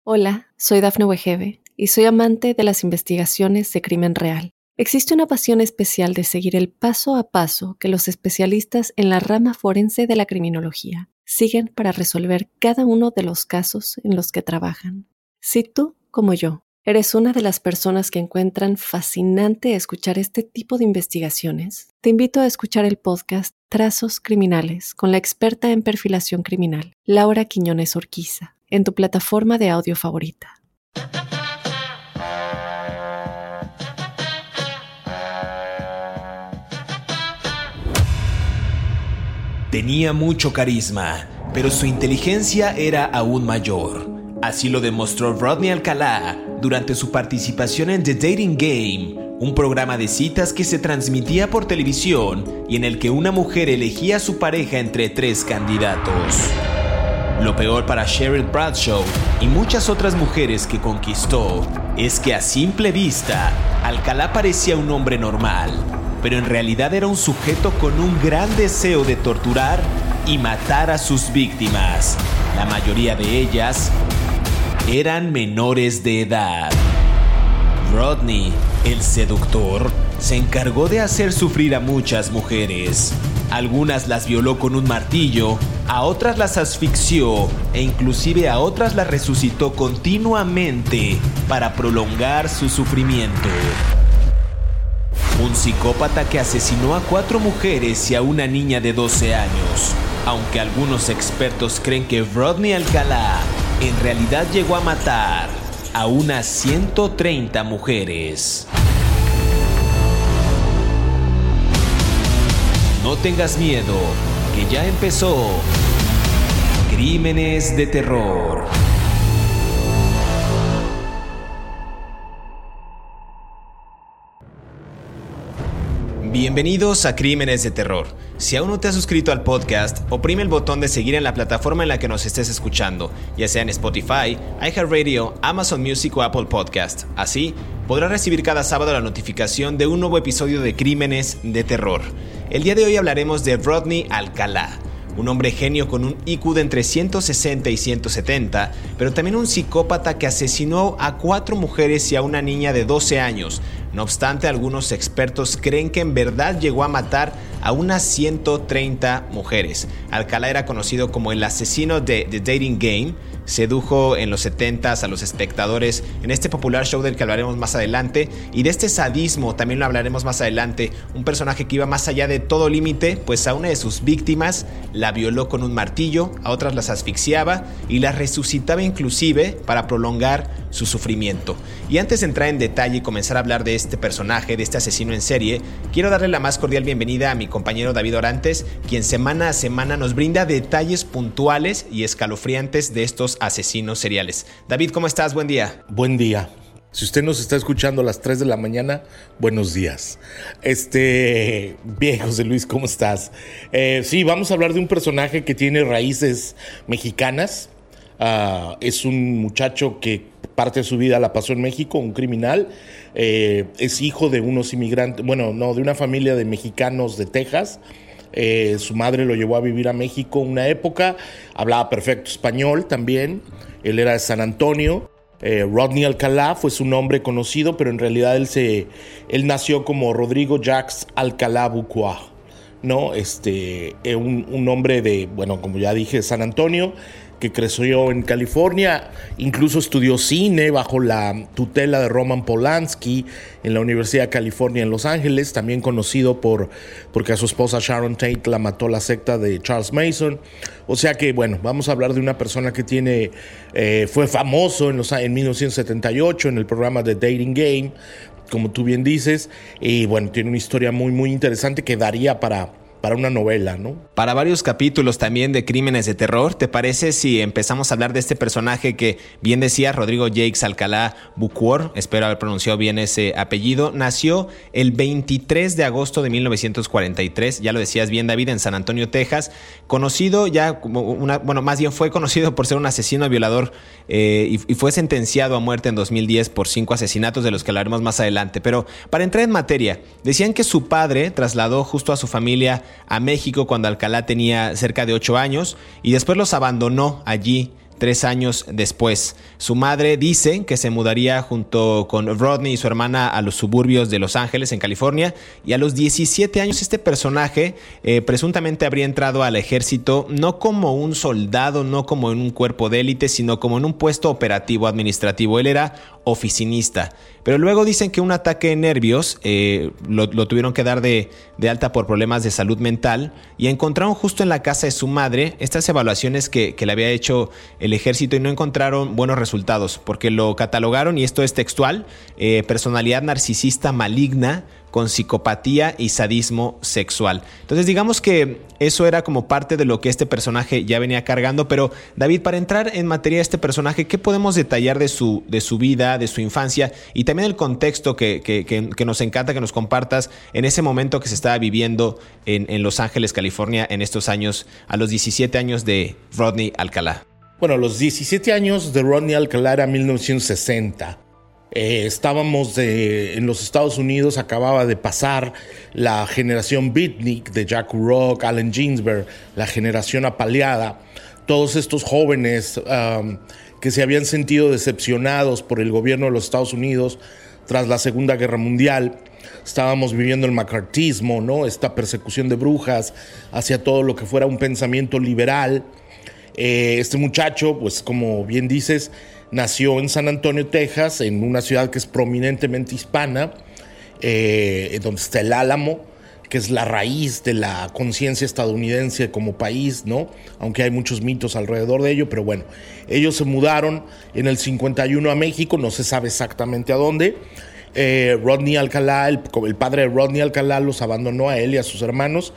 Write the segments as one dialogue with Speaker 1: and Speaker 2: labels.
Speaker 1: Hola, soy Dafne Wegebe y soy amante de las investigaciones de crimen real. Existe una pasión especial de seguir el paso a paso que los especialistas en la rama forense de la criminología siguen para resolver cada uno de los casos en los que trabajan. Si tú, como yo, eres una de las personas que encuentran fascinante escuchar este tipo de investigaciones, te invito a escuchar el podcast Trazos Criminales con la experta en perfilación criminal, Laura Quiñones Orquiza, en tu plataforma de audio favorita.
Speaker 2: Tenía mucho carisma, pero su inteligencia era aún mayor. Así lo demostró Rodney Alcalá durante su participación en The Dating Game, un programa de citas que se transmitía por televisión y en el que una mujer elegía a su pareja entre 3 candidatos. Lo peor para Cheryl Bradshaw y muchas otras mujeres que conquistó es que a simple vista, Alcalá parecía un hombre normal, pero en realidad era un sujeto con un gran deseo de torturar y matar a sus víctimas. La mayoría de ellas eran menores de edad. Rodney, el seductor, se encargó de hacer sufrir a muchas mujeres. Algunas las violó con un martillo, a otras las asfixió e inclusive a otras las resucitó continuamente para prolongar su sufrimiento. Un psicópata que asesinó a 4 mujeres y a una niña de 12 años. Aunque algunos expertos creen que Rodney Alcalá en realidad llegó a matar a unas 130 mujeres. No tengas miedo, que ya empezó Crímenes de Terror. Bienvenidos a Crímenes de Terror. Si aún no te has suscrito al podcast, oprime el botón de seguir en la plataforma en la que nos estés escuchando, ya sea en Spotify, iHeartRadio, Amazon Music o Apple Podcast. Así, podrás recibir cada sábado la notificación de un nuevo episodio de Crímenes de Terror. El día de hoy hablaremos de Rodney Alcalá, un hombre genio con un IQ de entre 160 y 170, pero también un psicópata que asesinó a 4 mujeres y a una niña de 12 años. No obstante, algunos expertos creen que en verdad llegó a matar a unas 130 mujeres. Alcalá era conocido como el asesino de The Dating Game. Sedujo en los 70s a los espectadores en este popular show del que hablaremos más adelante, y de este sadismo también lo hablaremos más adelante. Un personaje que iba más allá de todo límite, pues a una de sus víctimas la violó con un martillo, a otras las asfixiaba y las resucitaba inclusive para prolongar su sufrimiento. Y antes de entrar en detalle y comenzar a hablar de este personaje, de este asesino en serie, quiero darle la más cordial bienvenida a mi compañero David Orantes, quien semana a semana nos brinda detalles puntuales y escalofriantes de estos asesinos seriales. David, ¿cómo estás? Buen día.
Speaker 3: Buen día. Si usted nos está escuchando a las 3 de la mañana, buenos días. Bien, José Luis, ¿cómo estás? Sí, vamos a hablar de un personaje que tiene raíces mexicanas. Es un muchacho que parte de su vida la pasó en México, un criminal. Es hijo de unos inmigrantes, de una familia de mexicanos de Texas. Su madre lo llevó a vivir a México una época, hablaba perfecto español también, él era de San Antonio. Rodney Alcalá fue su nombre conocido, pero en realidad él nació como Rodrigo Jacques Alcalá Bucua, ¿no? Un hombre de, como ya dije, San Antonio, que creció en California, incluso estudió cine bajo la tutela de Roman Polanski en la Universidad de California en Los Ángeles, también conocido porque a su esposa Sharon Tate la mató la secta de Charles Manson. O sea que, vamos a hablar de una persona que fue famoso en 1978 en el programa The Dating Game, como tú bien dices, y tiene una historia muy, muy interesante que daría para una novela, ¿no?
Speaker 2: Para varios capítulos también de Crímenes de Terror. ¿Te parece si empezamos a hablar de este personaje que bien decía Rodrigo Jacques Alcalá Bucor? Espero haber pronunciado bien ese apellido. Nació el 23 de agosto de 1943, ya lo decías bien, David, en San Antonio, Texas. Conocido ya como fue conocido por ser un asesino violador y fue sentenciado a muerte en 2010 por 5 asesinatos de los que hablaremos más adelante. Pero para entrar en materia, decían que su padre trasladó justo a su familia a México cuando Alcalá tenía cerca de 8 años y después los abandonó allí 3 años después. Su madre dice que se mudaría junto con Rodney y su hermana a los suburbios de Los Ángeles, en California, y a los 17 años este personaje presuntamente habría entrado al ejército no como un soldado, no como en un cuerpo de élite, sino como en un puesto operativo administrativo. Él era oficinista. Pero luego dicen que un ataque de nervios lo tuvieron que dar de alta por problemas de salud mental, y encontraron justo en la casa de su madre estas evaluaciones que le había hecho el ejército, y no encontraron buenos resultados porque lo catalogaron, y esto es textual, personalidad narcisista maligna con psicopatía y sadismo sexual. Entonces digamos que eso era como parte de lo que este personaje ya venía cargando. Pero David, para entrar en materia de este personaje, ¿qué podemos detallar de su vida, de su infancia, y también el contexto que nos encanta que nos compartas en ese momento que se estaba viviendo en Los Ángeles, California, en estos años, a los 17 años de Rodney Alcalá?
Speaker 3: Bueno, los 17 años de Rodney Alcalá era 1960. Estábamos en los Estados Unidos, acababa de pasar la generación beatnik de Jack Kerouac, Allen Ginsberg, la generación apaleada, todos estos jóvenes que se habían sentido decepcionados por el gobierno de los Estados Unidos tras la Segunda Guerra Mundial. Estábamos viviendo el macartismo, ¿no? Esta persecución de brujas hacia todo lo que fuera un pensamiento liberal. Este muchacho, pues como bien dices, nació en San Antonio, Texas, en una ciudad que es prominentemente hispana, donde está el Álamo, que es la raíz de la conciencia estadounidense como país, ¿no? Aunque hay muchos mitos alrededor de ello, pero bueno, ellos se mudaron en el 51 a México, no se sabe exactamente a dónde. Rodney Alcalá, el padre de Rodney Alcalá, los abandonó a él y a sus hermanos,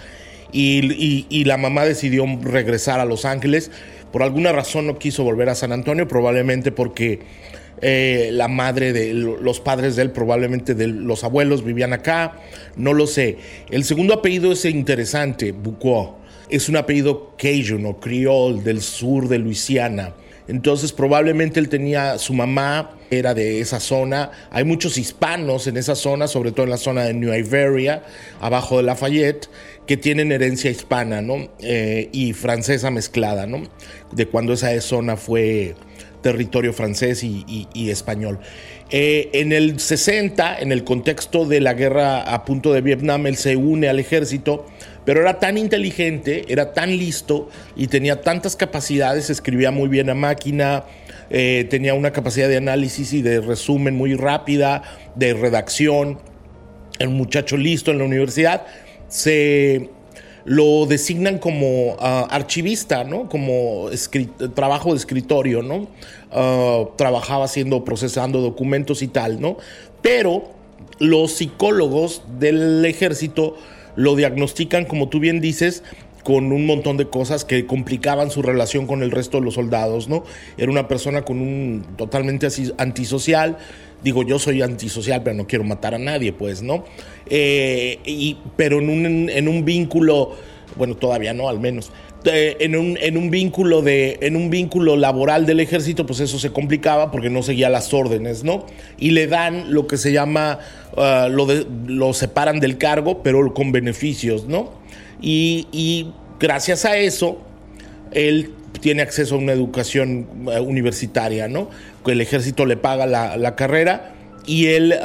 Speaker 3: y la mamá decidió regresar a Los Ángeles. Por alguna razón no quiso volver a San Antonio, probablemente porque la madre de los padres de él, probablemente de los abuelos, vivían acá, no lo sé. El segundo apellido es interesante, Bucquot. Es un apellido cajun o criol del sur de Luisiana. Entonces probablemente él tenía, su mamá era de esa zona. Hay muchos hispanos en esa zona, sobre todo en la zona de New Iberia, abajo de Lafayette, que tienen herencia hispana, ¿no? Y francesa mezclada, ¿no? De cuando esa zona fue territorio francés y español. En el 60, en el contexto de la guerra a punto de Vietnam, él se une al ejército, pero era tan inteligente, era tan listo y tenía tantas capacidades, escribía muy bien a máquina, tenía una capacidad de análisis y de resumen muy rápida, de redacción. Era un muchacho listo en la universidad. Se lo designan como archivista, ¿no? Como trabajo de escritorio, ¿no? Trabajaba procesando documentos y tal, ¿no? Pero los psicólogos del ejército lo diagnostican, como tú bien dices, con un montón de cosas que complicaban su relación con el resto de los soldados, ¿no? Era una persona totalmente antisocial. Digo, yo soy antisocial, pero no quiero matar a nadie, pues, ¿no? Pero en un vínculo, bueno, todavía no, al menos. En un vínculo laboral del ejército, pues eso se complicaba porque no seguía las órdenes, ¿no? Y le dan lo que se llama, lo separan del cargo, pero con beneficios, ¿no? Y gracias a eso, él tiene acceso a una educación universitaria, ¿no? El ejército le paga la carrera y él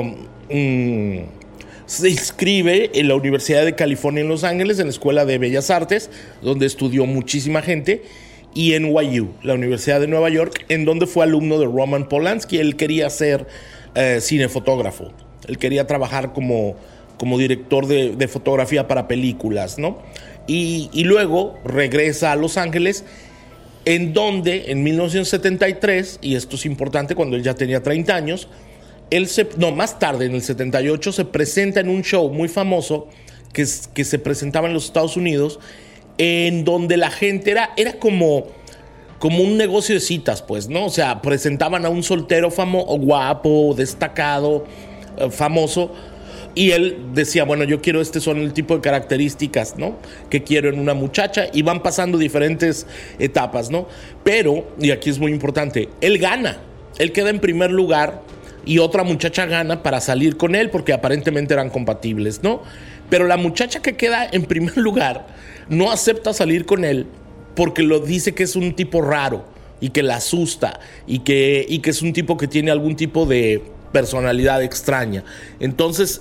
Speaker 3: se inscribe en la Universidad de California en Los Ángeles, en la Escuela de Bellas Artes, donde estudió muchísima gente, y en NYU, la Universidad de Nueva York, en donde fue alumno de Roman Polanski. Él quería ser cinefotógrafo, él quería trabajar como director de fotografía para películas, ¿no? Y luego regresa a Los Ángeles, en donde en 1973, y esto es importante, cuando él ya tenía 30 años, más tarde, en el 78, se presenta en un show muy famoso que se presentaba en los Estados Unidos, en donde la gente era como un negocio de citas, pues, ¿no? O sea, presentaban a un soltero guapo, destacado, famoso, y él decía, bueno, yo quiero, son el tipo de características, ¿no?, que quiero en una muchacha, y van pasando diferentes etapas, ¿no? Pero, y aquí es muy importante, él gana, él queda en primer lugar, y otra muchacha gana para salir con él, porque aparentemente eran compatibles, ¿no? Pero la muchacha que queda en primer lugar no acepta salir con él, porque lo dice que es un tipo raro, y que la asusta y que es un tipo que tiene algún tipo de personalidad extraña. Entonces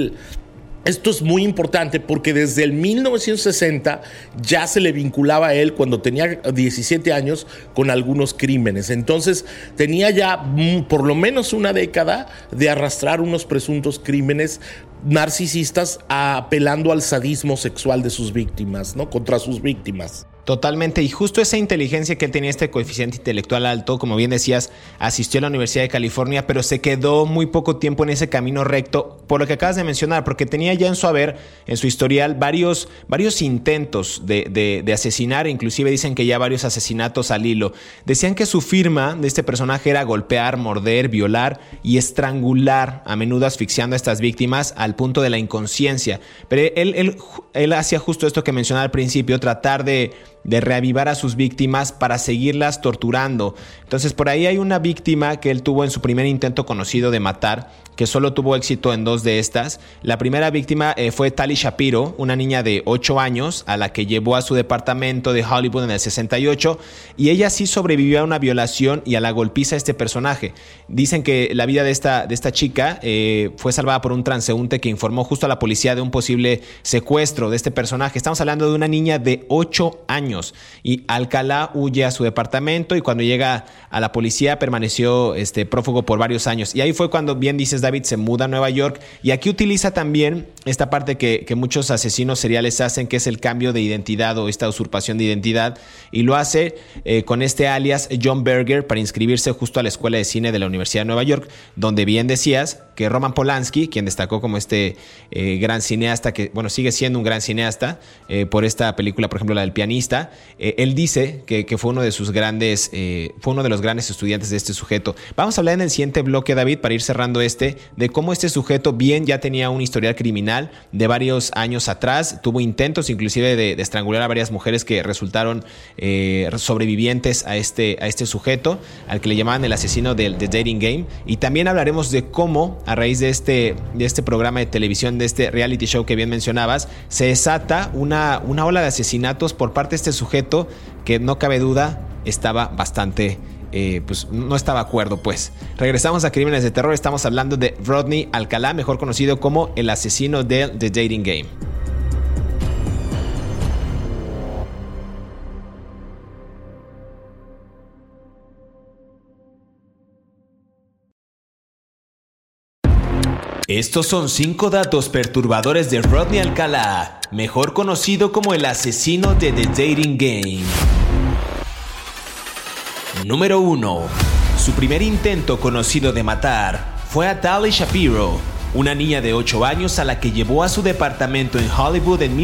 Speaker 3: esto es muy importante porque desde el 1960 ya se le vinculaba a él, cuando tenía 17 años, con algunos crímenes. Entonces tenía ya por lo menos una década de arrastrar unos presuntos crímenes narcisistas, apelando al sadismo sexual de sus víctimas, ¿no? Contra sus víctimas.
Speaker 2: Totalmente, y justo esa inteligencia que él tenía, este coeficiente intelectual alto, como bien decías, asistió a la Universidad de California, pero se quedó muy poco tiempo en ese camino recto, por lo que acabas de mencionar, porque tenía ya en su haber, en su historial, varios intentos de asesinar, inclusive dicen que ya varios asesinatos al hilo. Decían que su firma de este personaje era golpear, morder, violar y estrangular, a menudo asfixiando a estas víctimas al punto de la inconsciencia. Pero él hacía justo esto que mencionaba al principio, tratar de reavivar a sus víctimas para seguirlas torturando. Entonces por ahí hay una víctima que él tuvo en su primer intento conocido de matar, que solo tuvo éxito en 2 de estas. La primera víctima fue Tali Shapiro, una niña de 8 años a la que llevó a su departamento de Hollywood en el 68, y ella sí sobrevivió a una violación y a la golpiza de este personaje. Dicen que la vida de esta chica fue salvada por un transeúnte que informó justo a la policía de un posible secuestro de este personaje. Estamos hablando de una niña de 8 años. Y Alcalá huye a su departamento y cuando llega a la policía permaneció prófugo por varios años. Y ahí fue cuando, bien dices, David, se muda a Nueva York, y aquí utiliza también esta parte que muchos asesinos seriales hacen, que es el cambio de identidad o esta usurpación de identidad, y lo hace con este alias John Berger para inscribirse justo a la Escuela de Cine de la Universidad de Nueva York, donde bien decías que Roman Polanski, quien destacó como gran cineasta, que bueno, sigue siendo un gran cineasta por esta película, por ejemplo, la del pianista, él dice que fue uno de sus grandes, fue uno de los grandes estudiantes de este sujeto. Vamos a hablar en el siguiente bloque, David, para ir cerrando de cómo este sujeto bien ya tenía un historial criminal de varios años atrás, tuvo intentos inclusive de estrangular a varias mujeres que resultaron sobrevivientes a este sujeto, al que le llamaban el asesino del Dating Game, y también hablaremos de cómo a raíz de este programa de televisión, de este reality show que bien mencionabas, se desata una ola de asesinatos por parte de este sujeto que no cabe duda estaba bastante no estaba de acuerdo. Pues regresamos a Crímenes de Terror. Estamos hablando de Rodney Alcalá, mejor conocido como el asesino del The Dating Game. Estos son 5 datos perturbadores de Rodney Alcalá, mejor conocido como el asesino de The Dating Game. Número 1. Su primer intento conocido de matar fue a Tali Shapiro, una niña de 8 años a la que llevó a su departamento en Hollywood en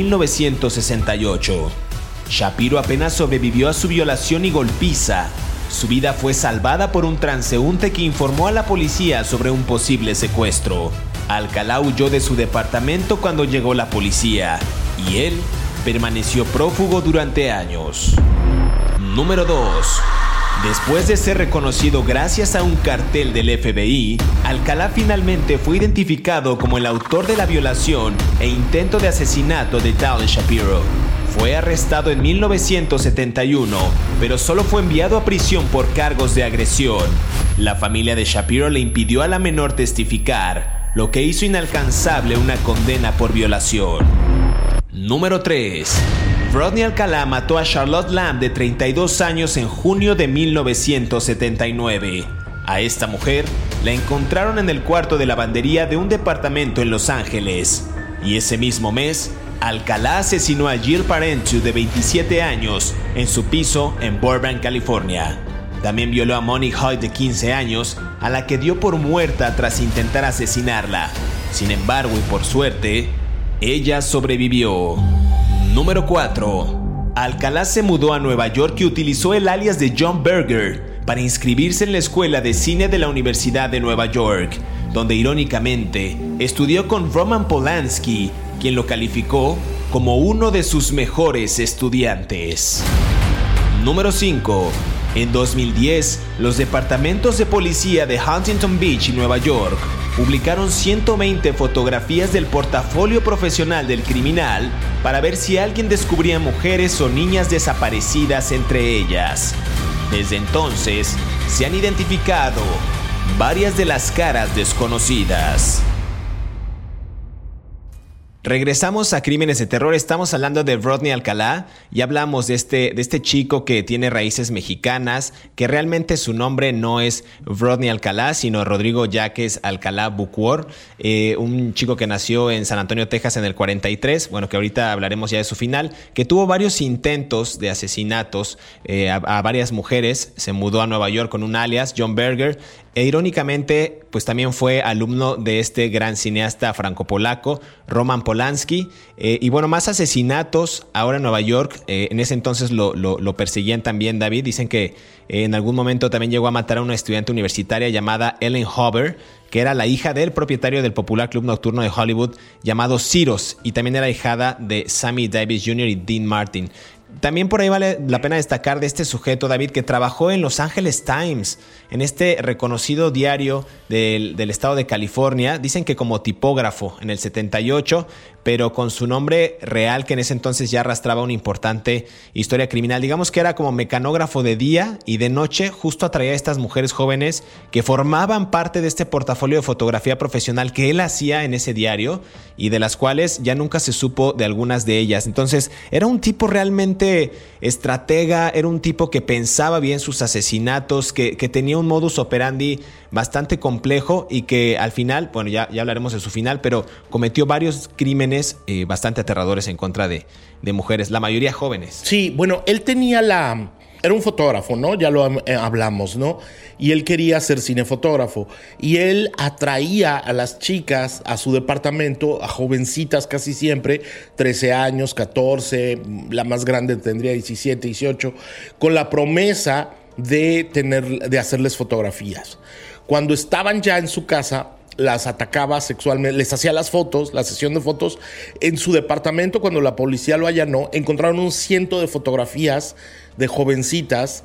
Speaker 2: 1968. Shapiro apenas sobrevivió a su violación y golpiza. Su vida fue salvada por un transeúnte que informó a la policía sobre un posible secuestro. Alcalá huyó de su departamento cuando llegó la policía, y él permaneció prófugo durante años. Número 2. Después de ser reconocido gracias a un cartel del FBI, Alcalá finalmente fue identificado como el autor de la violación e intento de asesinato de Tali Shapiro. Fue arrestado en 1971, pero solo fue enviado a prisión por cargos de agresión. La familia de Shapiro le impidió a la menor testificar, lo que hizo inalcanzable una condena por violación. Número 3. Rodney Alcalá mató a Charlotte Lamb, de 32 años, en junio de 1979. A esta mujer la encontraron en el cuarto de lavandería de un departamento en Los Ángeles. Y ese mismo mes, Alcalá asesinó a Jill Parenteau, de 27 años, en su piso en Burbank, California. También violó a Monique Hoyt, de 15 años, a la que dio por muerta tras intentar asesinarla. Sin embargo, y por suerte, ella sobrevivió. Número 4. Alcalá se mudó a Nueva York y utilizó el alias de John Berger para inscribirse en la Escuela de Cine de la Universidad de Nueva York, donde irónicamente estudió con Roman Polanski, quien lo calificó como uno de sus mejores estudiantes. Número 5. En 2010, los departamentos de policía de Huntington Beach y Nueva York publicaron 120 fotografías del portafolio profesional del criminal para ver si alguien descubría mujeres o niñas desaparecidas entre ellas. Desde entonces, se han identificado varias de las caras desconocidas. Regresamos a Crímenes de Terror. Estamos hablando de Rodney Alcalá y hablamos de este chico que tiene raíces mexicanas, que realmente su nombre no es Rodney Alcalá, sino Rodrigo Yaques Alcalá Bucor, un chico que nació en San Antonio, Texas en el 43, bueno, que ahorita hablaremos ya de su final, que tuvo varios intentos de asesinatos a varias mujeres. Se mudó a Nueva York con un alias, John Berger, e irónicamente, pues también fue alumno de este gran cineasta franco-polaco, Roman Polanski. Y bueno, más asesinatos ahora en Nueva York. En ese entonces lo perseguían también, David. Dicen que en algún momento también llegó a matar a una estudiante universitaria llamada Ellen Huber, que era la hija del propietario del popular club nocturno de Hollywood llamado Ciros, y también era hijada de Sammy Davis Jr. y Dean Martin. También por ahí vale la pena destacar de este sujeto, David, que trabajó en Los Angeles Times, en este reconocido diario del estado de California. Dicen que como tipógrafo en el 78, pero con su nombre real, que en ese entonces ya arrastraba una importante historia criminal. Digamos que era como mecanógrafo de día, y de noche justo atraía a estas mujeres jóvenes que formaban parte de este portafolio de fotografía profesional que él hacía en ese diario, y de las cuales ya nunca se supo de algunas de ellas. Entonces era un tipo realmente estratega, era un tipo que pensaba bien sus asesinatos, que tenía un modus operandi bastante complejo, y que al final, bueno, ya hablaremos de su final, pero cometió varios crímenes bastante aterradores en contra de mujeres, la mayoría jóvenes.
Speaker 3: Sí, bueno, él tenía era un fotógrafo, ¿no? Ya lo hablamos, ¿no? Y él quería ser cinefotógrafo. Y él atraía a las chicas a su departamento, a jovencitas casi siempre, 13 años, 14, la más grande tendría 17, 18, con la promesa de hacerles fotografías. Cuando estaban ya en su casa, las atacaba sexualmente, les hacía las fotos, la sesión de fotos en su departamento. Cuando la policía lo allanó, encontraron un ciento de fotografías de jovencitas.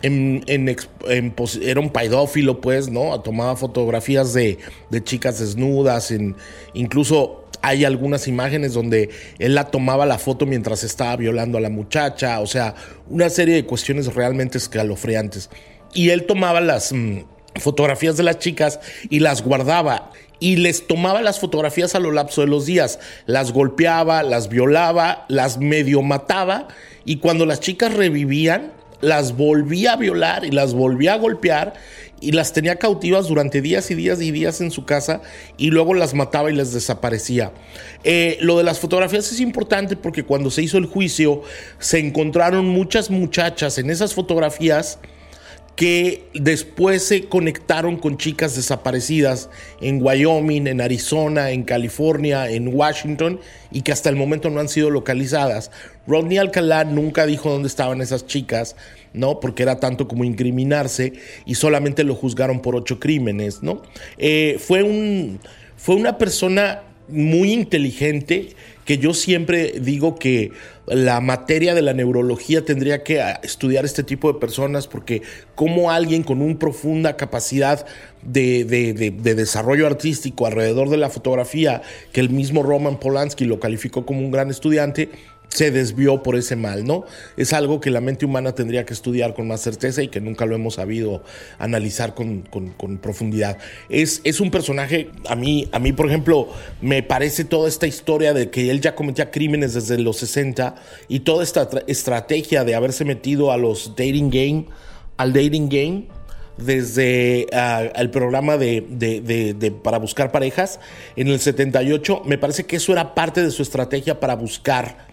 Speaker 3: Era un pedófilo, pues, ¿no? Tomaba fotografías de chicas desnudas. Incluso hay algunas imágenes donde él la tomaba la foto mientras estaba violando a la muchacha. O sea, una serie de cuestiones realmente escalofriantes. Y él tomaba las fotografías de las chicas y las guardaba, y les tomaba las fotografías a lo lapso de los días, las golpeaba, las violaba, las medio mataba, y cuando las chicas revivían, las volvía a violar y las volvía a golpear, y las tenía cautivas durante días y días y días en su casa, y luego las mataba y les desaparecía. Lo de las fotografías es importante porque cuando se hizo el juicio se encontraron muchas muchachas en esas fotografías que después se conectaron con chicas desaparecidas en Wyoming, en Arizona, en California, en Washington, y que hasta el momento no han sido localizadas. Rodney Alcalá nunca dijo dónde estaban esas chicas, ¿no? Porque era tanto como incriminarse, y solamente lo juzgaron por 8 crímenes, ¿no? Fue una persona muy inteligente, que yo siempre digo que la materia de la neurología tendría que estudiar este tipo de personas, porque como alguien con una profunda capacidad de desarrollo artístico alrededor de la fotografía, que el mismo Roman Polanski lo calificó como un gran estudiante, se desvió por ese mal, ¿no? Es algo que la mente humana tendría que estudiar con más certeza y que nunca lo hemos sabido analizar con profundidad. Es un personaje, a mí, por ejemplo, me parece toda esta historia de que él ya cometía crímenes desde los 60, y toda esta estrategia de haberse metido al dating game, desde el programa para buscar parejas en el 78, me parece que eso era parte de su estrategia para buscar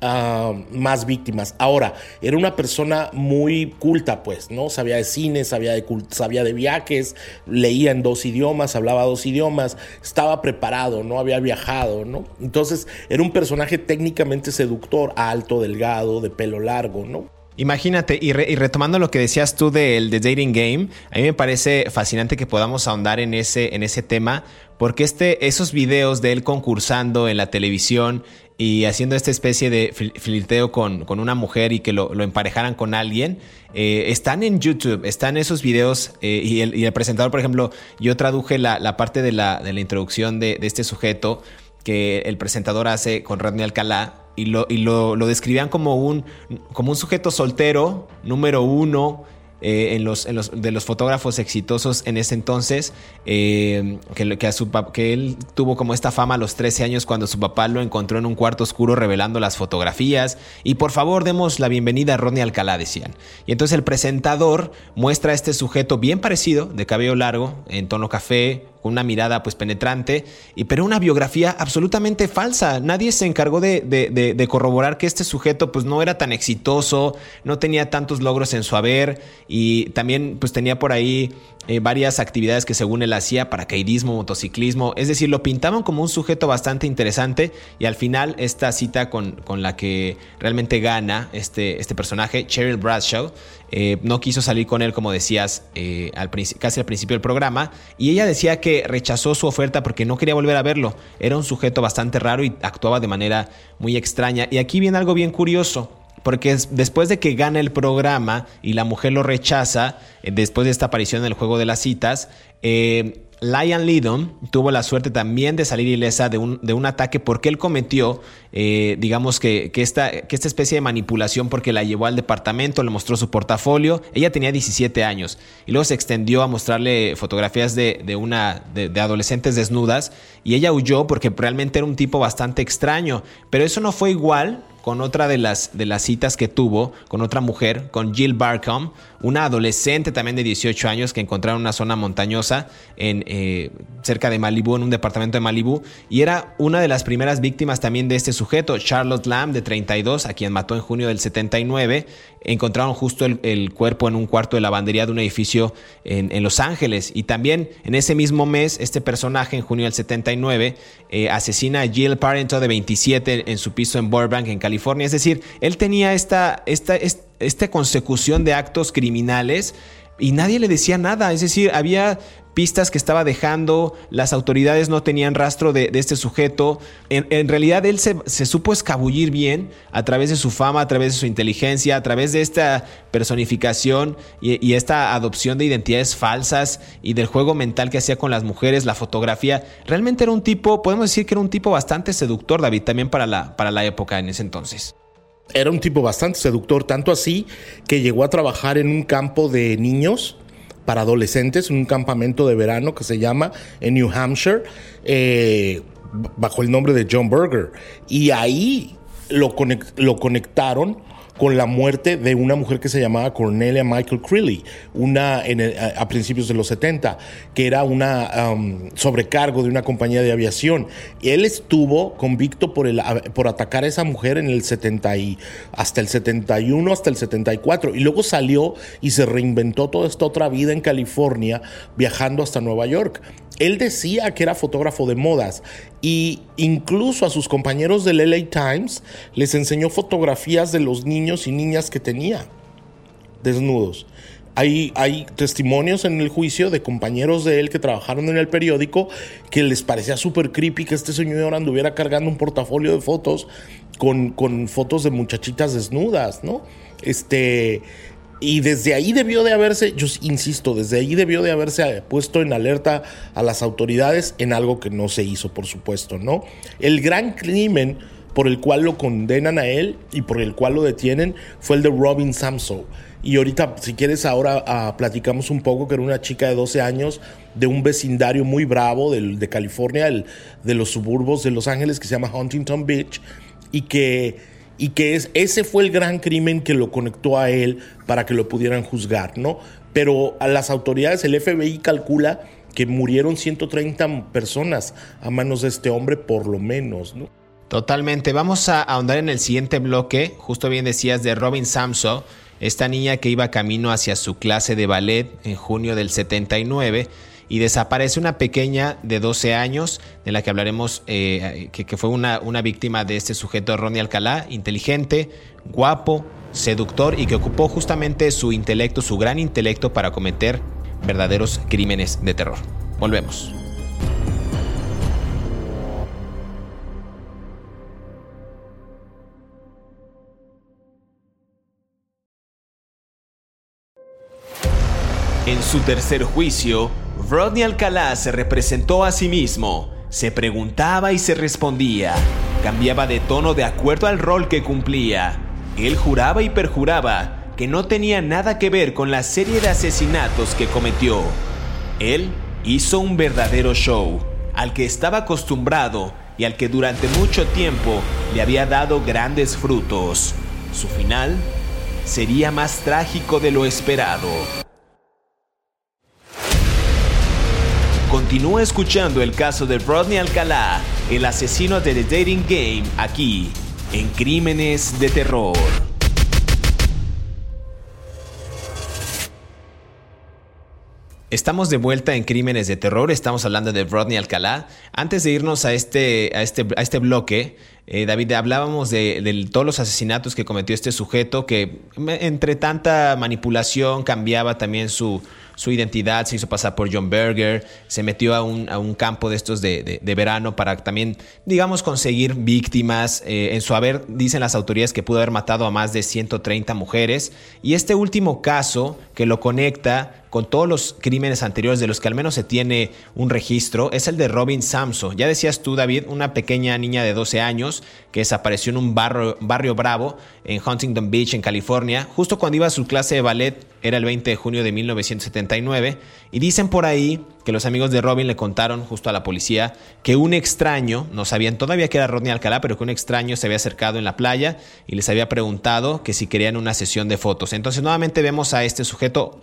Speaker 3: más víctimas. Ahora, era una persona muy culta, pues, ¿no? Sabía de cine, sabía de viajes, leía en 2 idiomas, hablaba 2 idiomas, estaba preparado, ¿no? Había viajado, ¿no? Entonces, era un personaje técnicamente seductor, alto, delgado, de pelo largo, ¿no?
Speaker 2: Imagínate, y retomando lo que decías tú del The Dating Game, a mí me parece fascinante que podamos ahondar en ese tema, porque esos videos de él concursando en la televisión y haciendo esta especie de flirteo con una mujer y que lo emparejaran con alguien, están en YouTube, están esos videos, y el presentador, por ejemplo, yo traduje la parte de la introducción de este sujeto que el presentador hace con Rodney Alcalá, y lo describían como un sujeto soltero, número 1, de los fotógrafos exitosos en ese entonces, que él tuvo como esta fama a los 13 años cuando su papá lo encontró en un cuarto oscuro revelando las fotografías. Y por favor, demos la bienvenida a Rodney Alcalá, decían. Y entonces el presentador muestra a este sujeto bien parecido, de cabello largo, en tono café, con una mirada pues penetrante, pero una biografía absolutamente falsa. Nadie se encargó de corroborar que este sujeto pues no era tan exitoso, no tenía tantos logros en su haber, y también pues tenía por ahí varias actividades que según él hacía, paracaidismo, motociclismo. Es decir, lo pintaban como un sujeto bastante interesante, y al final esta cita con la que realmente gana este personaje, Cheryl Bradshaw, no quiso salir con él, como decías, casi al principio del programa, y ella decía que rechazó su oferta porque no quería volver a verlo. Era un sujeto bastante raro y actuaba de manera muy extraña. Y aquí viene algo bien curioso, porque después de que gana el programa y la mujer lo rechaza, después de esta aparición en el juego de las citas, Lion Lidon tuvo la suerte también de salir ilesa de un ataque, porque él cometió, digamos que esta especie de manipulación, porque la llevó al departamento, le mostró su portafolio. Ella tenía 17 años y luego se extendió a mostrarle fotografías de adolescentes desnudas, y ella huyó porque realmente era un tipo bastante extraño. Pero eso no fue igual con otra de las citas que tuvo, con otra mujer, con Jill Barcombe, una adolescente también de 18 años que encontraron en una zona montañosa cerca de Malibú, en un departamento de Malibú, y era una de las primeras víctimas también de este sujeto, Charlotte Lamb, de 32, a quien mató en junio del 79. Encontraron justo el cuerpo en un cuarto de lavandería de un edificio en Los Ángeles, y también en ese mismo mes este personaje, en junio del 79, asesina a Jill Parento, de 27, en su piso en Burbank, en California. Es decir, él tenía esta consecución de actos criminales y nadie le decía nada. Es decir, había pistas que estaba dejando, las autoridades no tenían rastro de este sujeto. En realidad él se supo escabullir bien a través de su fama, a través de su inteligencia, a través de esta personificación y esta adopción de identidades falsas y del juego mental que hacía con las mujeres, la fotografía. Realmente era un tipo, podemos decir que era un tipo bastante seductor, David, también para la época en ese entonces.
Speaker 3: Era un tipo bastante seductor, tanto así que llegó a trabajar en un campo de niños para adolescentes, en un campamento de verano que se llama en New Hampshire, bajo el nombre de John Berger. Y ahí lo conectaron con la muerte de una mujer que se llamaba Cornelia Michael Creeley, a principios de los 70, que era una sobrecargo de una compañía de aviación. Él estuvo convicto por atacar a esa mujer en el 70 hasta el 71, hasta el 74, y luego salió y se reinventó toda esta otra vida en California, viajando hasta Nueva York. Él decía que era fotógrafo de modas, y incluso a sus compañeros del LA Times les enseñó fotografías de los niños y niñas que tenía desnudos. Hay testimonios en el juicio de compañeros de él que trabajaron en el periódico que les parecía súper creepy que este señor anduviera cargando un portafolio de fotos con fotos de muchachitas desnudas, ¿no? Y desde ahí debió de haberse puesto en alerta a las autoridades, en algo que no se hizo, por supuesto, ¿no? El gran crimen por el cual lo condenan a él y por el cual lo detienen fue el de Robin Samsoe. Y ahorita, si quieres, ahora platicamos un poco, que era una chica de 12 años de un vecindario muy bravo de California, de los suburbios de Los Ángeles, que se llama Huntington Beach, ese fue el gran crimen que lo conectó a él para que lo pudieran juzgar, ¿no? Pero a las autoridades, el FBI calcula que murieron 130 personas a manos de este hombre, por lo menos, ¿no?
Speaker 2: Totalmente. Vamos a ahondar en el siguiente bloque. Justo bien decías de Robin Samsoe, esta niña que iba camino hacia su clase de ballet en junio del 79, y desaparece una pequeña de 12 años, de la que hablaremos, que fue una víctima de este sujeto, Rodney Alcalá, inteligente, guapo, seductor, y que ocupó justamente su intelecto, su gran intelecto, para cometer verdaderos crímenes de terror. Volvemos. En su tercer juicio, Rodney Alcalá se representó a sí mismo, se preguntaba y se respondía, cambiaba de tono de acuerdo al rol que cumplía. Él juraba y perjuraba que no tenía nada que ver con la serie de asesinatos que cometió. Él hizo un verdadero show, al que estaba acostumbrado y al que durante mucho tiempo le había dado grandes frutos. Su final sería más trágico de lo esperado. Continúa escuchando el caso de Rodney Alcalá, el asesino de The Dating Game, aquí, en Crímenes de Terror. Estamos de vuelta en Crímenes de Terror, estamos hablando de Rodney Alcalá. Antes de irnos a este bloque, David, hablábamos de todos los asesinatos que cometió este sujeto, que entre tanta manipulación cambiaba también su identidad, se hizo pasar por John Berger, se metió a un campo de estos de verano para también, digamos, conseguir víctimas. En su haber, dicen las autoridades que pudo haber matado a más de 130 mujeres. Y este último caso que lo conecta con todos los crímenes anteriores de los que al menos se tiene un registro es el de Robin Samsoe. Ya decías tú, David, una pequeña niña de 12 años que desapareció en un barrio bravo en Huntington Beach, en California, justo cuando iba a su clase de ballet. Era el 20 de junio de 1979 y dicen por ahí que los amigos de Robin le contaron justo a la policía que un extraño, no sabían todavía que era Rodney Alcalá, pero que un extraño se había acercado en la playa y les había preguntado que si querían una sesión de fotos. Entonces nuevamente vimos a ese sujeto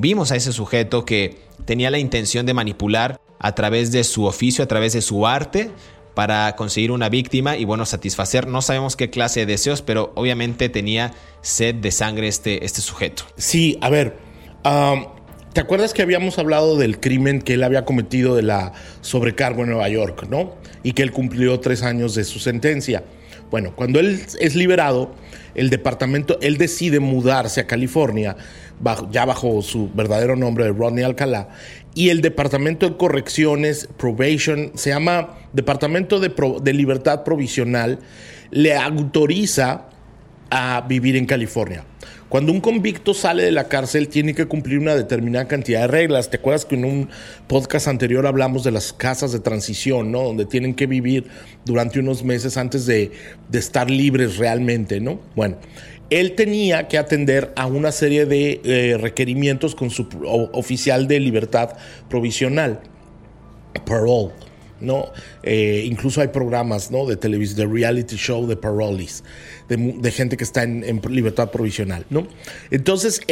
Speaker 2: que tenía la intención de manipular a través de su oficio, a través de su arte, para conseguir una víctima y, bueno, satisfacer, no sabemos qué clase de deseos, pero obviamente tenía sed de sangre este sujeto.
Speaker 3: Sí, a ver, ¿te acuerdas que habíamos hablado del crimen que él había cometido de la sobrecargo en Nueva York, ¿no? Y que él cumplió 3 años de su sentencia. Bueno, cuando él es liberado, él decide mudarse a California, bajo su verdadero nombre de Rodney Alcalá, y el Departamento de Correcciones, Probation, se llama Departamento de Libertad Provisional, le autoriza a vivir en California. Cuando un convicto sale de la cárcel, tiene que cumplir una determinada cantidad de reglas. ¿Te acuerdas que en un podcast anterior hablamos de las casas de transición, ¿no? Donde tienen que vivir durante unos meses antes de estar libres realmente, ¿no? Bueno, él tenía que atender a una serie de requerimientos con su oficial de libertad provisional, parole, ¿no? Incluso hay programas, ¿no?, de televisión, de reality show de parolees, de gente que está en libertad provisional, ¿no? Entonces,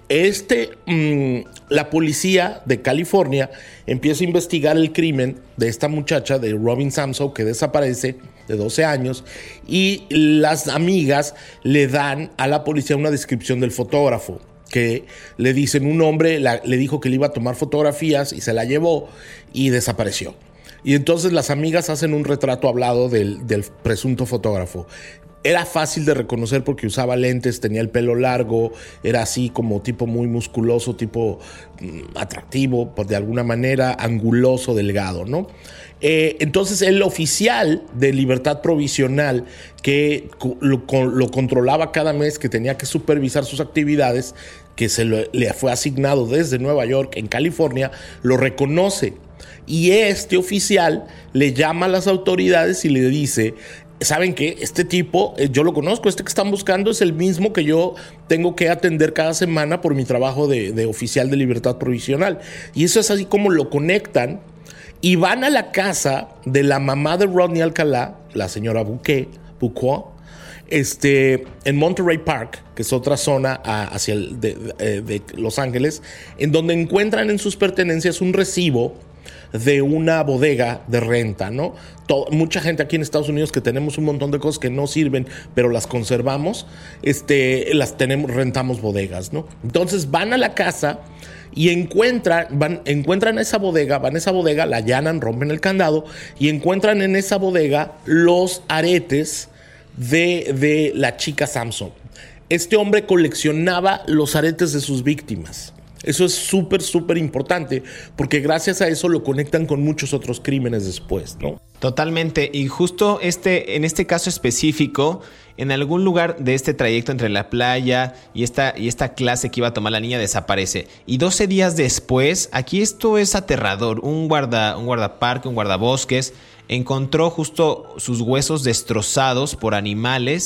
Speaker 3: la policía de California empieza a investigar el crimen de esta muchacha, de Robin Samsoe, que desaparece, de 12 años, y las amigas le dan a la policía una descripción del fotógrafo, que le dicen un hombre le dijo que le iba a tomar fotografías y se la llevó y desapareció. Y entonces las amigas hacen un retrato hablado del presunto fotógrafo. Era fácil de reconocer porque usaba lentes, tenía el pelo largo, era así como tipo muy musculoso, tipo atractivo, de alguna manera, anguloso, delgado, ¿no? Entonces el oficial de libertad provisional que lo controlaba cada mes, que tenía que supervisar sus actividades, que le fue asignado desde Nueva York, en California, lo reconoce. Y este oficial le llama a las autoridades y le dice: ¿saben qué? Este tipo, yo lo conozco, este que están buscando es el mismo que yo tengo que atender cada semana por mi trabajo de oficial de libertad provisional. Y eso es así como lo conectan y van a la casa de la mamá de Rodney Alcalá, la señora Buquet, en Monterey Park, que es otra zona hacia de Los Ángeles, en donde encuentran en sus pertenencias un recibo de una bodega de renta, ¿no? Mucha gente aquí en Estados Unidos que tenemos un montón de cosas que no sirven, pero las conservamos, rentamos bodegas, ¿no? Entonces van a la casa y encuentran esa bodega, van a esa bodega, la allanan, rompen el candado y encuentran en esa bodega los aretes de la chica Samsoe. Este hombre coleccionaba los aretes de sus víctimas. Eso es súper, súper importante porque gracias a eso lo conectan con muchos otros crímenes después, ¿no?
Speaker 2: Totalmente. Y justo en este caso específico, en algún lugar de este trayecto entre la playa y esta clase que iba a tomar la niña desaparece. Y 12 días después, aquí esto es aterrador, un guardaparque, un guardabosques, encontró justo sus huesos destrozados por animales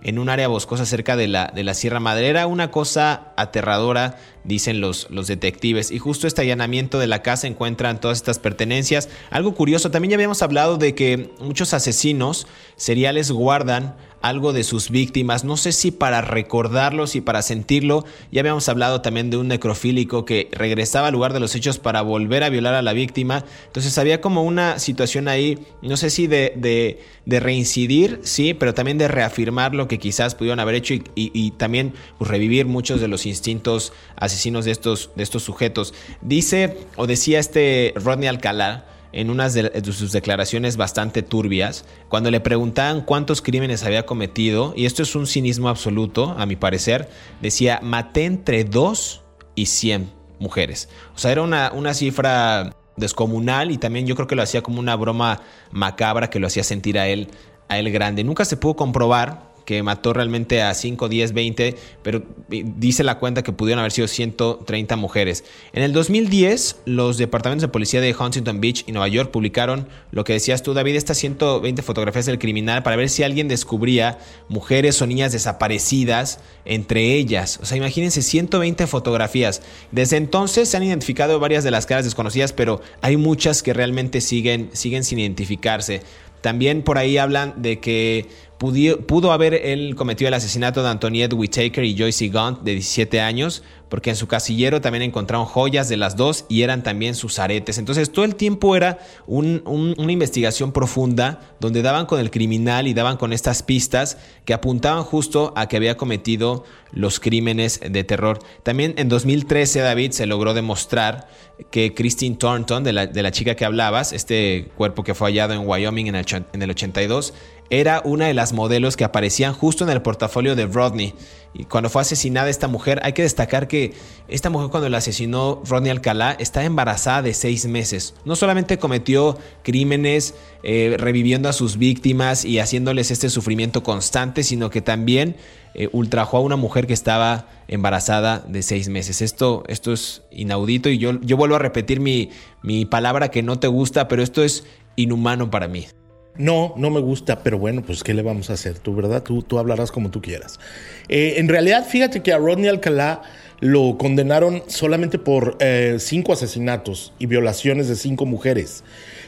Speaker 2: en un área boscosa cerca de la Sierra Madre. Era una cosa aterradora, dicen los detectives. Y justo este allanamiento de la casa encuentran todas estas pertenencias. Algo curioso, también ya habíamos hablado de que muchos asesinos seriales guardan algo de sus víctimas, no sé si para recordarlos y para sentirlo. Ya habíamos hablado también de un necrofílico que regresaba al lugar de los hechos para volver a violar a la víctima. Entonces había como una situación ahí, no sé si de reincidir, sí, pero también de reafirmar lo que quizás pudieron haber hecho y también pues, revivir muchos de los instintos asesinos de estos sujetos. Dice o decía Rodney Alcalá en unas de sus declaraciones bastante turbias, cuando le preguntaban cuántos crímenes había cometido, y esto es un cinismo absoluto, a mi parecer, decía, maté entre 2 y 100 mujeres. O sea, era una cifra descomunal y también yo creo que lo hacía como una broma macabra que lo hacía sentir a él grande. Nunca se pudo comprobar que mató realmente a 5, 10, 20, pero dice la cuenta que pudieron haber sido 130 mujeres. En el 2010, los departamentos de policía de Huntington Beach y Nueva York publicaron lo que decías tú, David, estas 120 fotografías del criminal para ver si alguien descubría mujeres o niñas desaparecidas entre ellas. O sea, imagínense, 120 fotografías. Desde entonces se han identificado varias de las caras desconocidas, pero hay muchas que realmente siguen sin identificarse. También por ahí hablan de que pudo haber él cometido el asesinato de Antoinette Whitaker y Joyce Gaunt, de 17 años, porque en su casillero también encontraron joyas de las dos y eran también sus aretes. Entonces todo el tiempo era una investigación profunda donde daban con el criminal y daban con estas pistas que apuntaban justo a que había cometido los crímenes de terror. También en 2013, David, se logró demostrar que Christine Thornton, de la chica que hablabas, este cuerpo que fue hallado en Wyoming en el 82, era una de las modelos que aparecían justo en el portafolio de Rodney. Y cuando fue asesinada esta mujer, hay que destacar que esta mujer, cuando la asesinó Rodney Alcalá, estaba embarazada de 6 meses. No solamente cometió crímenes reviviendo a sus víctimas y haciéndoles este sufrimiento constante, sino que también ultrajó a una mujer que estaba embarazada de 6 meses. Esto es inaudito y yo vuelvo a repetir mi palabra que no te gusta, pero esto es inhumano para mí.
Speaker 3: No me gusta, pero bueno, pues ¿qué le vamos a hacer? Tú, ¿verdad? Tú hablarás como tú quieras. En realidad, fíjate que a Rodney Alcalá lo condenaron solamente por 5 asesinatos y violaciones de 5 mujeres.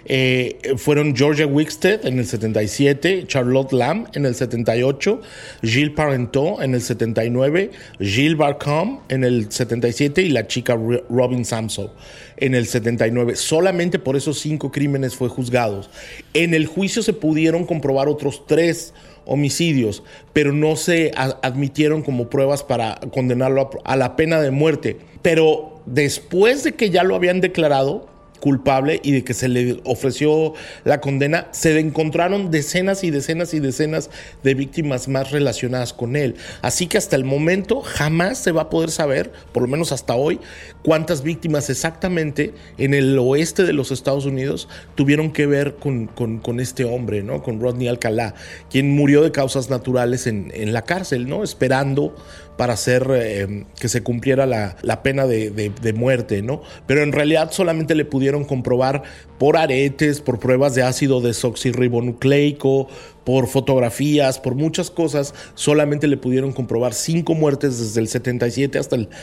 Speaker 3: Fueron Georgia Wickstead en el 77, Charlotte Lamb en el 78, Gilles Parenteau en el 79, Gilles Barcombe en el 77 y la chica Robin Samsoe en el 79. Solamente por esos 5 crímenes fue juzgado. En el juicio se pudieron comprobar otros 3 homicidios, pero no se admitieron como pruebas para condenarlo a la pena de muerte. Pero después de que ya lo habían declarado culpable y de que se le ofreció la condena, se encontraron decenas y decenas y decenas de víctimas más relacionadas con él. Así que hasta el momento jamás se va a poder saber, por lo menos hasta hoy, cuántas víctimas exactamente en el oeste de los Estados Unidos tuvieron que ver con este hombre, ¿no? Con Rodney Alcalá, quien murió de causas naturales en la cárcel, ¿no? Esperando para hacer que se cumpliera la pena de muerte, ¿no? Pero en realidad solamente le pudieron comprobar por aretes, por pruebas de ácido desoxirribonucleico, por fotografías, por muchas cosas. Solamente le pudieron comprobar 5 muertes desde el 77 hasta el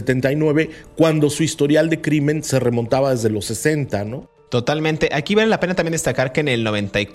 Speaker 3: 79, cuando su historial de crimen se remontaba desde los 60, ¿no?
Speaker 2: Totalmente. Aquí vale la pena también destacar que en el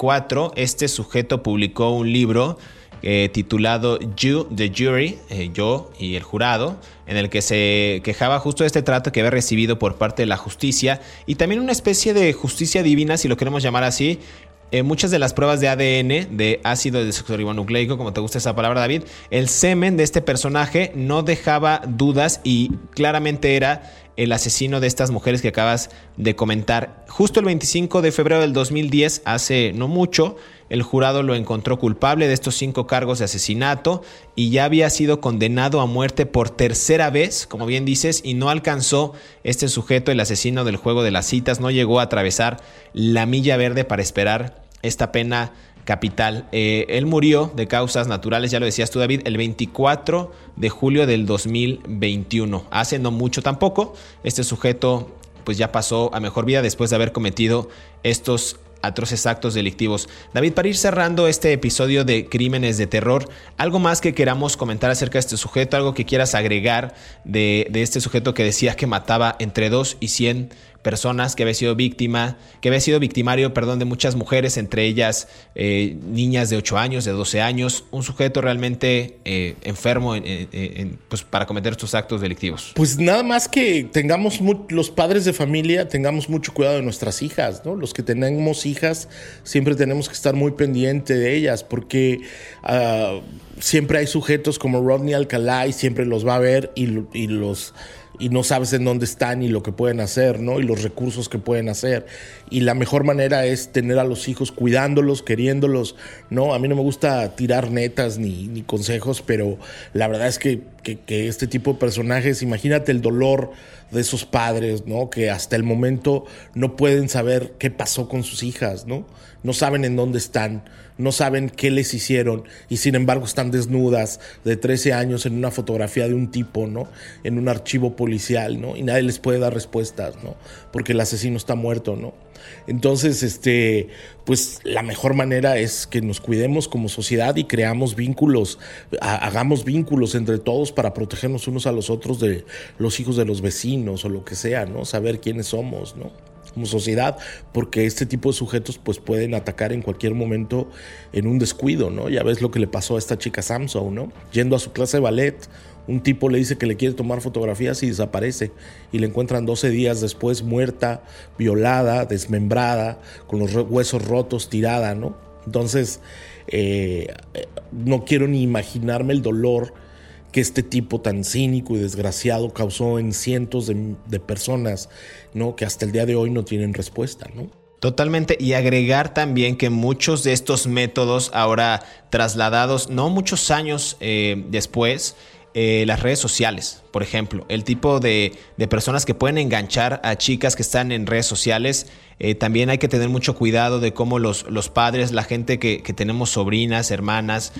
Speaker 2: 94 este sujeto publicó un libro titulado You, the Jury, yo y el jurado, en el que se quejaba justo de este trato que había recibido por parte de la justicia y también una especie de justicia divina, si lo queremos llamar así. Muchas de las pruebas de ADN, de ácido desoxirribonucleico, como te gusta esa palabra, David, el semen de este personaje no dejaba dudas y claramente era el asesino de estas mujeres que acabas de comentar. Justo el 25 de febrero del 2010, hace no mucho, el jurado lo encontró culpable de estos 5 cargos de asesinato y ya había sido condenado a muerte por 3ª vez, como bien dices, y no alcanzó este sujeto, el asesino del juego de las citas, no llegó a atravesar la milla verde para esperar esta pena capital. Él murió de causas naturales, ya lo decías tú, David, el 24 de julio del 2021. Hace no mucho tampoco. Este sujeto pues ya pasó a mejor vida después de haber cometido estos atroces actos delictivos. David, para ir cerrando este episodio de Crímenes de Terror, ¿algo más que queramos comentar acerca de este sujeto? ¿Algo que quieras agregar de este sujeto que decía que mataba entre 2 y 100 personas, que había sido victimario de muchas mujeres, entre ellas niñas de 8 años, de 12 años, un sujeto realmente enfermo pues, para cometer estos actos delictivos?
Speaker 3: Pues nada más que los padres de familia tengamos mucho cuidado de nuestras hijas, ¿no? Los que tenemos hijas siempre tenemos que estar muy pendientes de ellas, porque siempre hay sujetos como Rodney Alcalá y siempre los va a ver y no sabes en dónde están y lo que pueden hacer, ¿no? Y los recursos que pueden hacer. Y la mejor manera es tener a los hijos cuidándolos, queriéndolos, ¿no? A mí no me gusta tirar netas ni consejos, pero la verdad es que este tipo de personajes, imagínate el dolor de esos padres, ¿no? Que hasta el momento no pueden saber qué pasó con sus hijas, ¿no? No saben en dónde están, no saben qué les hicieron y sin embargo están desnudas de 13 años en una fotografía de un tipo, ¿no? En un archivo policial, ¿no? Y nadie les puede dar respuestas, ¿no? Porque el asesino está muerto, ¿no? Entonces, pues la mejor manera es que nos cuidemos como sociedad y creamos vínculos, hagamos vínculos entre todos para protegernos unos a los otros de los hijos de los vecinos o lo que sea, ¿no? Saber quiénes somos, ¿no? Como sociedad, porque este tipo de sujetos pues pueden atacar en cualquier momento en un descuido, ¿no? Ya ves lo que le pasó a esta chica Samson, ¿no? Yendo a su clase de ballet, un tipo le dice que le quiere tomar fotografías y desaparece y le encuentran 12 días después muerta, violada, desmembrada, con los huesos rotos, tirada, ¿no? Entonces, no quiero ni imaginarme el dolor que este tipo tan cínico y desgraciado causó en cientos de personas, ¿no? Que hasta el día de hoy no tienen respuesta, ¿no?
Speaker 2: Totalmente, y agregar también que muchos de estos métodos ahora trasladados, no muchos años después, las redes sociales, por ejemplo, el tipo de personas que pueden enganchar a chicas que están en redes sociales, también hay que tener mucho cuidado de cómo los padres, la gente que tenemos sobrinas, hermanas,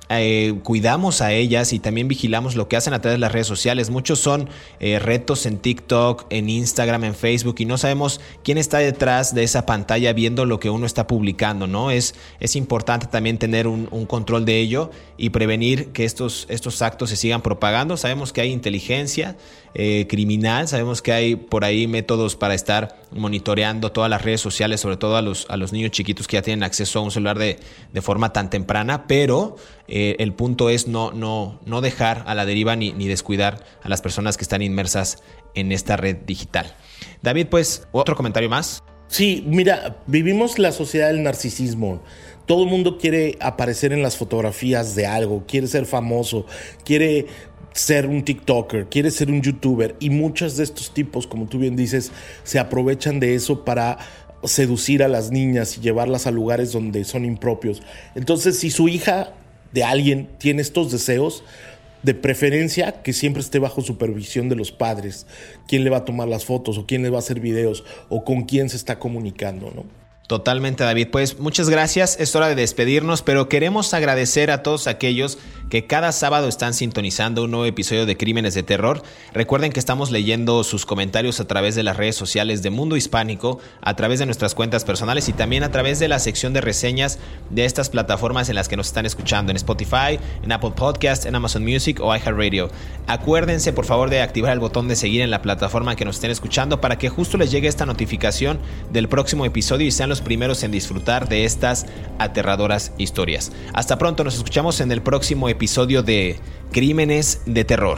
Speaker 2: cuidamos a ellas y también vigilamos lo que hacen a través de las redes sociales. Muchos son retos en TikTok, en Instagram, en Facebook y no sabemos quién está detrás de esa pantalla viendo lo que uno está publicando, ¿no? Es importante también tener un control de ello y prevenir que estos actos se sigan propagando. Sabemos que hay inteligencia criminal, sabemos que hay por ahí métodos para estar monitoreando todas las redes sociales, sobre todo a los niños chiquitos que ya tienen acceso a un celular de forma tan temprana, pero el punto es no dejar a la deriva ni descuidar a las personas que están inmersas en esta red digital. David, pues, ¿otro comentario más?
Speaker 3: Sí, mira, vivimos la sociedad del narcisismo. Todo el mundo quiere aparecer en las fotografías de algo, quiere ser famoso, quiere ser un TikToker, quiere ser un YouTuber y muchos de estos tipos, como tú bien dices, se aprovechan de eso para seducir a las niñas y llevarlas a lugares donde son impropios. Entonces, si su hija de alguien tiene estos deseos, de preferencia que siempre esté bajo supervisión de los padres, quién le va a tomar las fotos o quién le va a hacer videos o con quién se está comunicando, ¿no?
Speaker 2: Totalmente, David. Pues muchas gracias. Es hora de despedirnos, pero queremos agradecer a todos aquellos que cada sábado están sintonizando un nuevo episodio de Crímenes de Terror. Recuerden que estamos leyendo sus comentarios a través de las redes sociales de Mundo Hispánico, a través de nuestras cuentas personales y también a través de la sección de reseñas de estas plataformas en las que nos están escuchando, en Spotify, en Apple Podcast, en Amazon Music o iHeartRadio. Acuérdense, por favor, de activar el botón de seguir en la plataforma que nos estén escuchando para que justo les llegue esta notificación del próximo episodio y sean los primeros en disfrutar de estas aterradoras historias. Hasta pronto, nos escuchamos en el próximo episodio de Crímenes de Terror.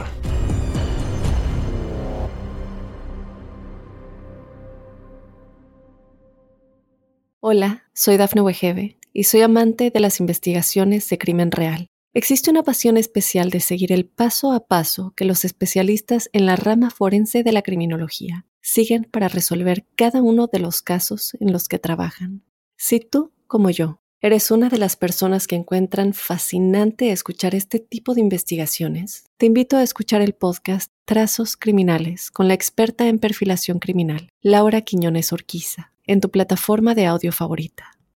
Speaker 1: Hola, soy Dafne Wegebe y soy amante de las investigaciones de crimen real. Existe una pasión especial de seguir el paso a paso que los especialistas en la rama forense de la criminología siguen para resolver cada uno de los casos en los que trabajan. Si tú, como yo, eres una de las personas que encuentran fascinante escuchar este tipo de investigaciones, te invito a escuchar el podcast Trazos Criminales con la experta en perfilación criminal, Laura Quiñones Orquiza, en tu plataforma de audio favorita.